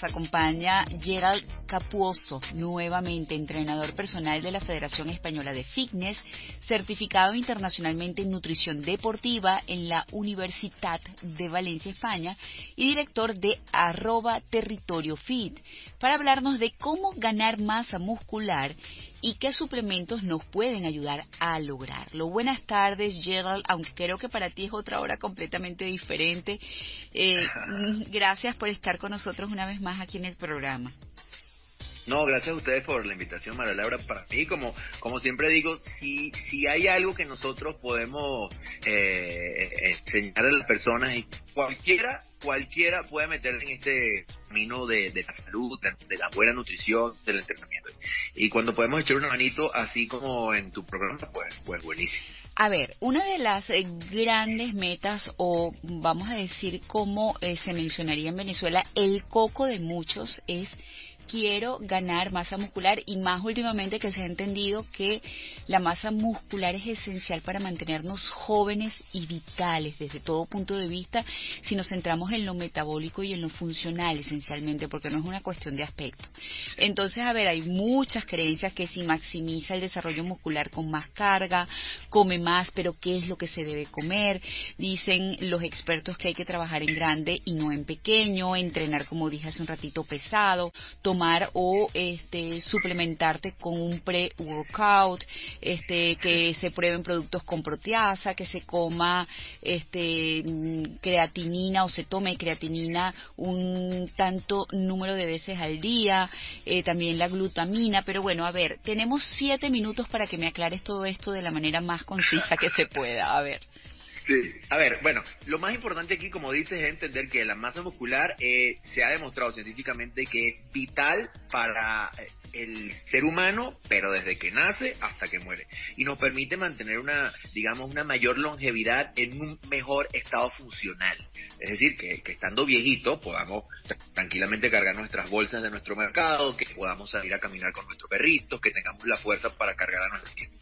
Nos acompaña Gerald Capuzzo, nuevamente entrenador personal de la Federación Española de Fitness, certificado internacionalmente en nutrición deportiva en la Universitat de Valencia, España, y director de @territoriofit, para hablarnos de cómo ganar masa muscular y qué suplementos nos pueden ayudar a lograrlo. Buenas tardes, Gerald, aunque creo que para ti es otra hora completamente diferente. Gracias por estar con nosotros una vez más aquí en el programa. No, gracias a ustedes por la invitación, María Laura. Para mí, como siempre digo, si hay algo que nosotros podemos enseñar a las personas, y cualquiera puede meter en este camino de la salud, de la buena nutrición, del entrenamiento. Y cuando podemos echar una manito, así como en tu programa, pues buenísimo. A ver, una de las grandes metas, o vamos a decir como se mencionaría en Venezuela, el coco de muchos es: quiero ganar masa muscular, y más últimamente que se ha entendido que la masa muscular es esencial para mantenernos jóvenes y vitales desde todo punto de vista, si nos centramos en lo metabólico y en lo funcional esencialmente, porque no es una cuestión de aspecto. Entonces, a ver, hay muchas creencias que si maximiza el desarrollo muscular con más carga, come más, pero ¿qué es lo que se debe comer? Dicen los expertos que hay que trabajar en grande y no en pequeño, entrenar, como dije hace un ratito, pesado, tomar o suplementarte con un pre-workout, que se prueben productos con proteasa, que se coma creatinina o se tome creatinina un tanto número de veces al día, también la glutamina. Pero bueno, a ver, tenemos 7 minutos para que me aclares todo esto de la manera más concisa que se pueda. A ver. Sí, a ver, bueno, lo más importante aquí, como dices, es entender que la masa muscular se ha demostrado científicamente que es vital para el ser humano, pero desde que nace hasta que muere, y nos permite mantener una mayor longevidad en un mejor estado funcional. Es decir, que estando viejito podamos tranquilamente cargar nuestras bolsas de nuestro mercado, que podamos salir a caminar con nuestros perritos, que tengamos la fuerza para cargar a nuestros niños.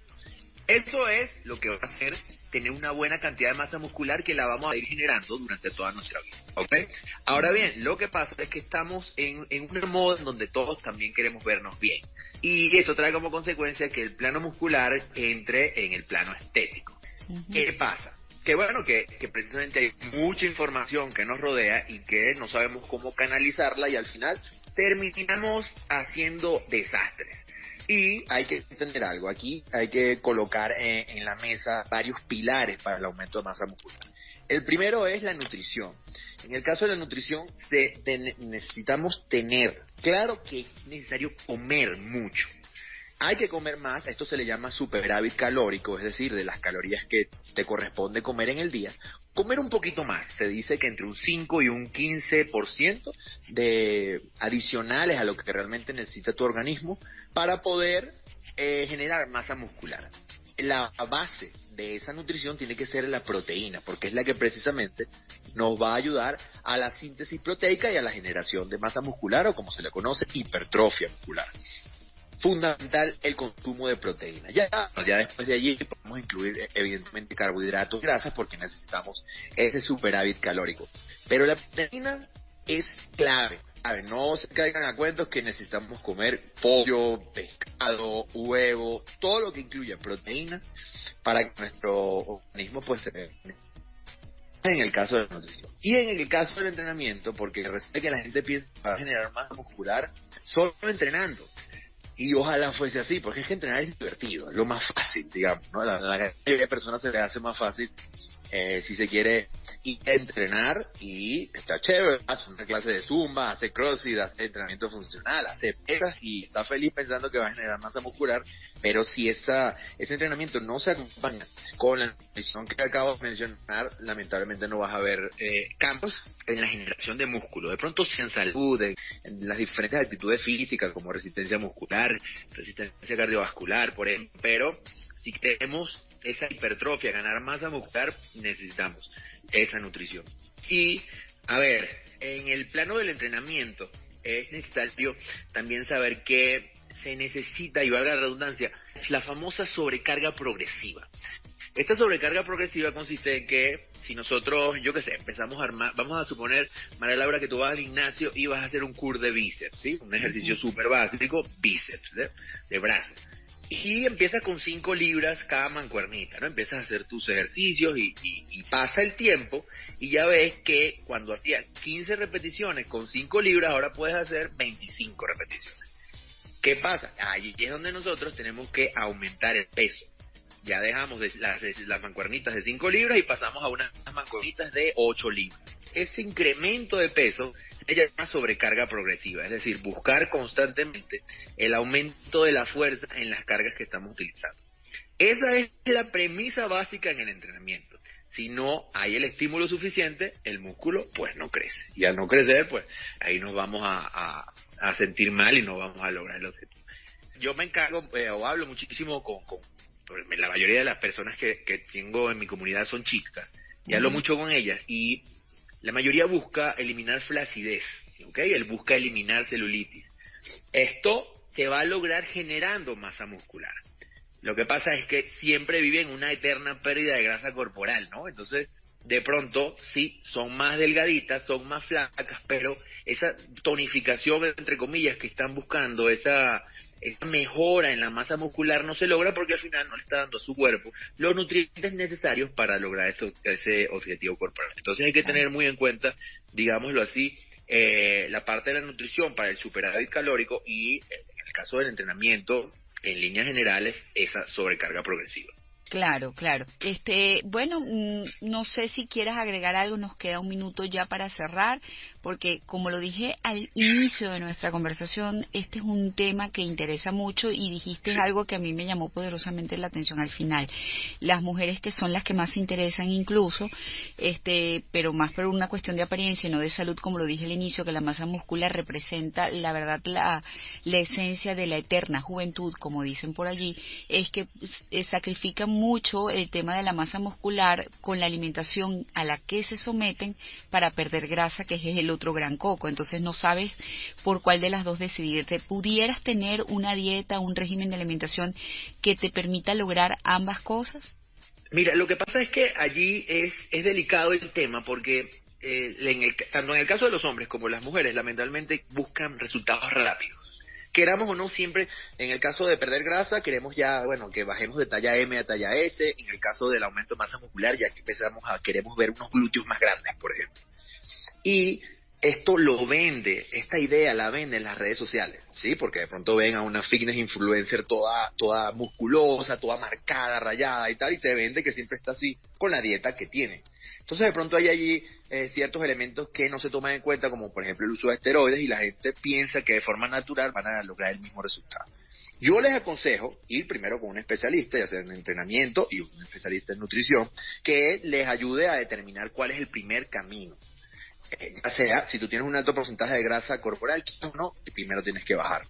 Eso es lo que va a hacer tener una buena cantidad de masa muscular, que la vamos a ir generando durante toda nuestra vida, ¿ok? Ahora bien, lo que pasa es que estamos en un modo en donde todos también queremos vernos bien. Y esto trae como consecuencia que el plano muscular entre en el plano estético. ¿Qué pasa? Que bueno, que precisamente hay mucha información que nos rodea y que no sabemos cómo canalizarla, y al final terminamos haciendo desastres. Y hay que entender algo, aquí hay que colocar en la mesa varios pilares para el aumento de masa muscular. El primero es la nutrición. En el caso de la nutrición, necesitamos tener claro que es necesario comer mucho. Hay que comer más, esto se le llama superávit calórico, es decir, de las calorías que te corresponde comer en el día, comer un poquito más. Se dice que entre un 5 y un 15% de adicionales a lo que realmente necesita tu organismo para poder generar masa muscular. La base de esa nutrición tiene que ser la proteína, porque es la que precisamente nos va a ayudar a la síntesis proteica y a la generación de masa muscular, o como se le conoce, hipertrofia muscular. Fundamental el consumo de proteína. Ya después de allí podemos incluir evidentemente carbohidratos, grasas, porque necesitamos ese superávit calórico. Pero la proteína es clave. A ver, no se caigan a cuentos que necesitamos comer pollo, pescado, huevo, todo lo que incluya proteína para que nuestro organismo pues en el caso de la nutrición. Y en el caso del entrenamiento, porque resulta que la gente piensa que va a generar masa muscular solo entrenando. Y ojalá fuese así, porque es que entrenar es divertido, es lo más fácil, digamos, ¿no? La mayoría de personas se le hace más fácil si se quiere ir a entrenar, y está chévere, hace una clase de zumba, hace crossfit, hace entrenamiento funcional, hace pesas y está feliz pensando que va a generar masa muscular. Pero si ese entrenamiento no se acompaña con la nutrición que acabo de mencionar, lamentablemente no vas a ver cambios en la generación de músculo. De pronto sí en salud, en las diferentes actitudes físicas como resistencia muscular, resistencia cardiovascular, por ejemplo. Pero si queremos esa hipertrofia, ganar masa muscular, necesitamos esa nutrición. Y, a ver, en el plano del entrenamiento es necesario también saber que se necesita, y valga la redundancia, la famosa sobrecarga progresiva. Esta sobrecarga progresiva consiste en que si nosotros, yo qué sé, empezamos a armar, vamos a suponer, María Laura, que tú vas al gimnasio y vas a hacer un curl de bíceps, ¿sí? Un ejercicio súper básico, bíceps, de brazo. Y empiezas con 5 libras cada mancuernita, ¿no? Empiezas a hacer tus ejercicios y pasa el tiempo y ya ves que cuando hacías 15 repeticiones con 5 libras, ahora puedes hacer 25 repeticiones. ¿Qué pasa? Allí es donde nosotros tenemos que aumentar el peso. Ya dejamos las mancuernitas de 5 libras y pasamos a unas mancuernitas de 8 libras. Ese incremento de peso se llama sobrecarga progresiva, es decir, buscar constantemente el aumento de la fuerza en las cargas que estamos utilizando. Esa es la premisa básica en el entrenamiento. Si no hay el estímulo suficiente, el músculo pues no crece. Y al no crecer, pues ahí nos vamos a sentir mal y no vamos a lograr el objetivo. Yo me encargo o hablo muchísimo con la mayoría de las personas que tengo en mi comunidad son chicas, y hablo mucho con ellas, y la mayoría busca eliminar flacidez, ¿okay? Él busca eliminar celulitis. Esto se va a lograr generando masa muscular. Lo que pasa es que siempre viven una eterna pérdida de grasa corporal, ¿no? Entonces, de pronto, sí, son más delgaditas, son más flacas, pero esa tonificación, entre comillas, que están buscando, esa mejora en la masa muscular no se logra porque al final no le está dando a su cuerpo los nutrientes necesarios para lograr ese objetivo corporal. Entonces hay que tener muy en cuenta, digámoslo así, la parte de la nutrición para el superávit calórico y, en el caso del entrenamiento, en líneas generales, esa sobrecarga progresiva. Claro, claro. Bueno, no sé si quieras agregar algo, nos queda un minuto ya para cerrar, porque como lo dije al inicio de nuestra conversación, este es un tema que interesa mucho y dijiste algo que a mí me llamó poderosamente la atención al final. Las mujeres que son las que más se interesan incluso, pero más por una cuestión de apariencia y no de salud, como lo dije al inicio, que la masa muscular representa, la verdad, la esencia de la eterna juventud, como dicen por allí, es que sacrifican mucho el tema de la masa muscular con la alimentación a la que se someten para perder grasa, que es el otro gran coco. Entonces no sabes por cuál de las dos decidirte. ¿Pudieras tener una dieta, un régimen de alimentación que te permita lograr ambas cosas? Mira, lo que pasa es que allí es delicado el tema porque tanto en el caso de los hombres como las mujeres, lamentablemente buscan resultados rápidos. Queramos o no, siempre, en el caso de perder grasa, queremos ya, que bajemos de talla M a talla S. En el caso del aumento de masa muscular, ya que queremos ver unos glúteos más grandes, por ejemplo. Y esto esta idea la venden en las redes sociales, ¿sí? Porque de pronto ven a una fitness influencer toda musculosa, toda marcada, rayada y tal, y te vende que siempre está así con la dieta que tiene. Entonces de pronto hay allí ciertos elementos que no se toman en cuenta, como por ejemplo el uso de esteroides, y la gente piensa que de forma natural van a lograr el mismo resultado. Yo les aconsejo ir primero con un especialista, ya sea en entrenamiento y un especialista en nutrición, que les ayude a determinar cuál es el primer camino. Ya sea, si tú tienes un alto porcentaje de grasa corporal, quizás no, primero tienes que bajar.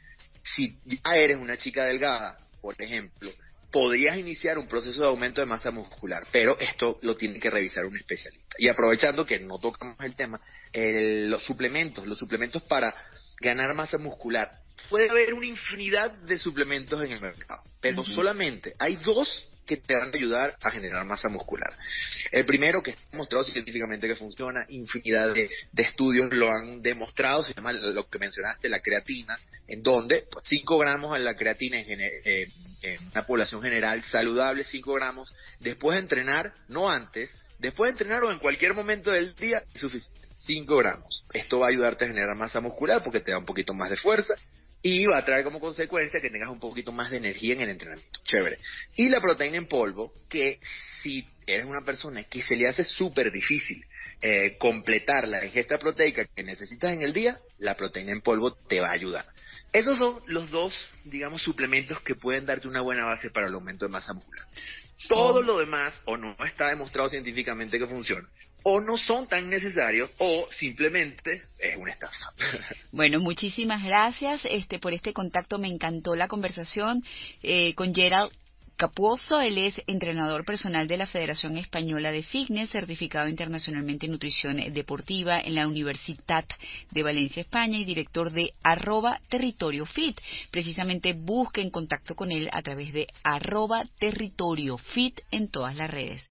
Si ya eres una chica delgada, por ejemplo, podrías iniciar un proceso de aumento de masa muscular, pero esto lo tiene que revisar un especialista. Y aprovechando que no tocamos el tema, los suplementos para ganar masa muscular. Puede haber una infinidad de suplementos en el mercado, pero solamente hay 2 que te van a ayudar a generar masa muscular. El primero, que está demostrado científicamente que funciona, infinidad de estudios lo han demostrado, se llama lo que mencionaste, la creatina, en donde 5 gramos en la creatina en una población general saludable, 5 gramos, después de entrenar, no antes, después de entrenar o en cualquier momento del día, es suficiente. 5 gramos. Esto va a ayudarte a generar masa muscular porque te da un poquito más de fuerza y va a traer como consecuencia que tengas un poquito más de energía en el entrenamiento. Chévere. Y la proteína en polvo, que si eres una persona que se le hace súper difícil completar la ingesta proteica que necesitas en el día, la proteína en polvo te va a ayudar. Esos son los 2, digamos, suplementos que pueden darte una buena base para el aumento de masa muscular. Todo lo demás o no está demostrado científicamente que funciona, o no son tan necesarios, o simplemente es una estafa. Bueno, muchísimas gracias por este contacto. Me encantó la conversación con Gerald Capozzo. Él es entrenador personal de la Federación Española de Fitness, certificado internacionalmente en nutrición deportiva en la Universitat de Valencia, España, y director de @territoriofit. Precisamente busque en contacto con él a través de @territoriofit en todas las redes.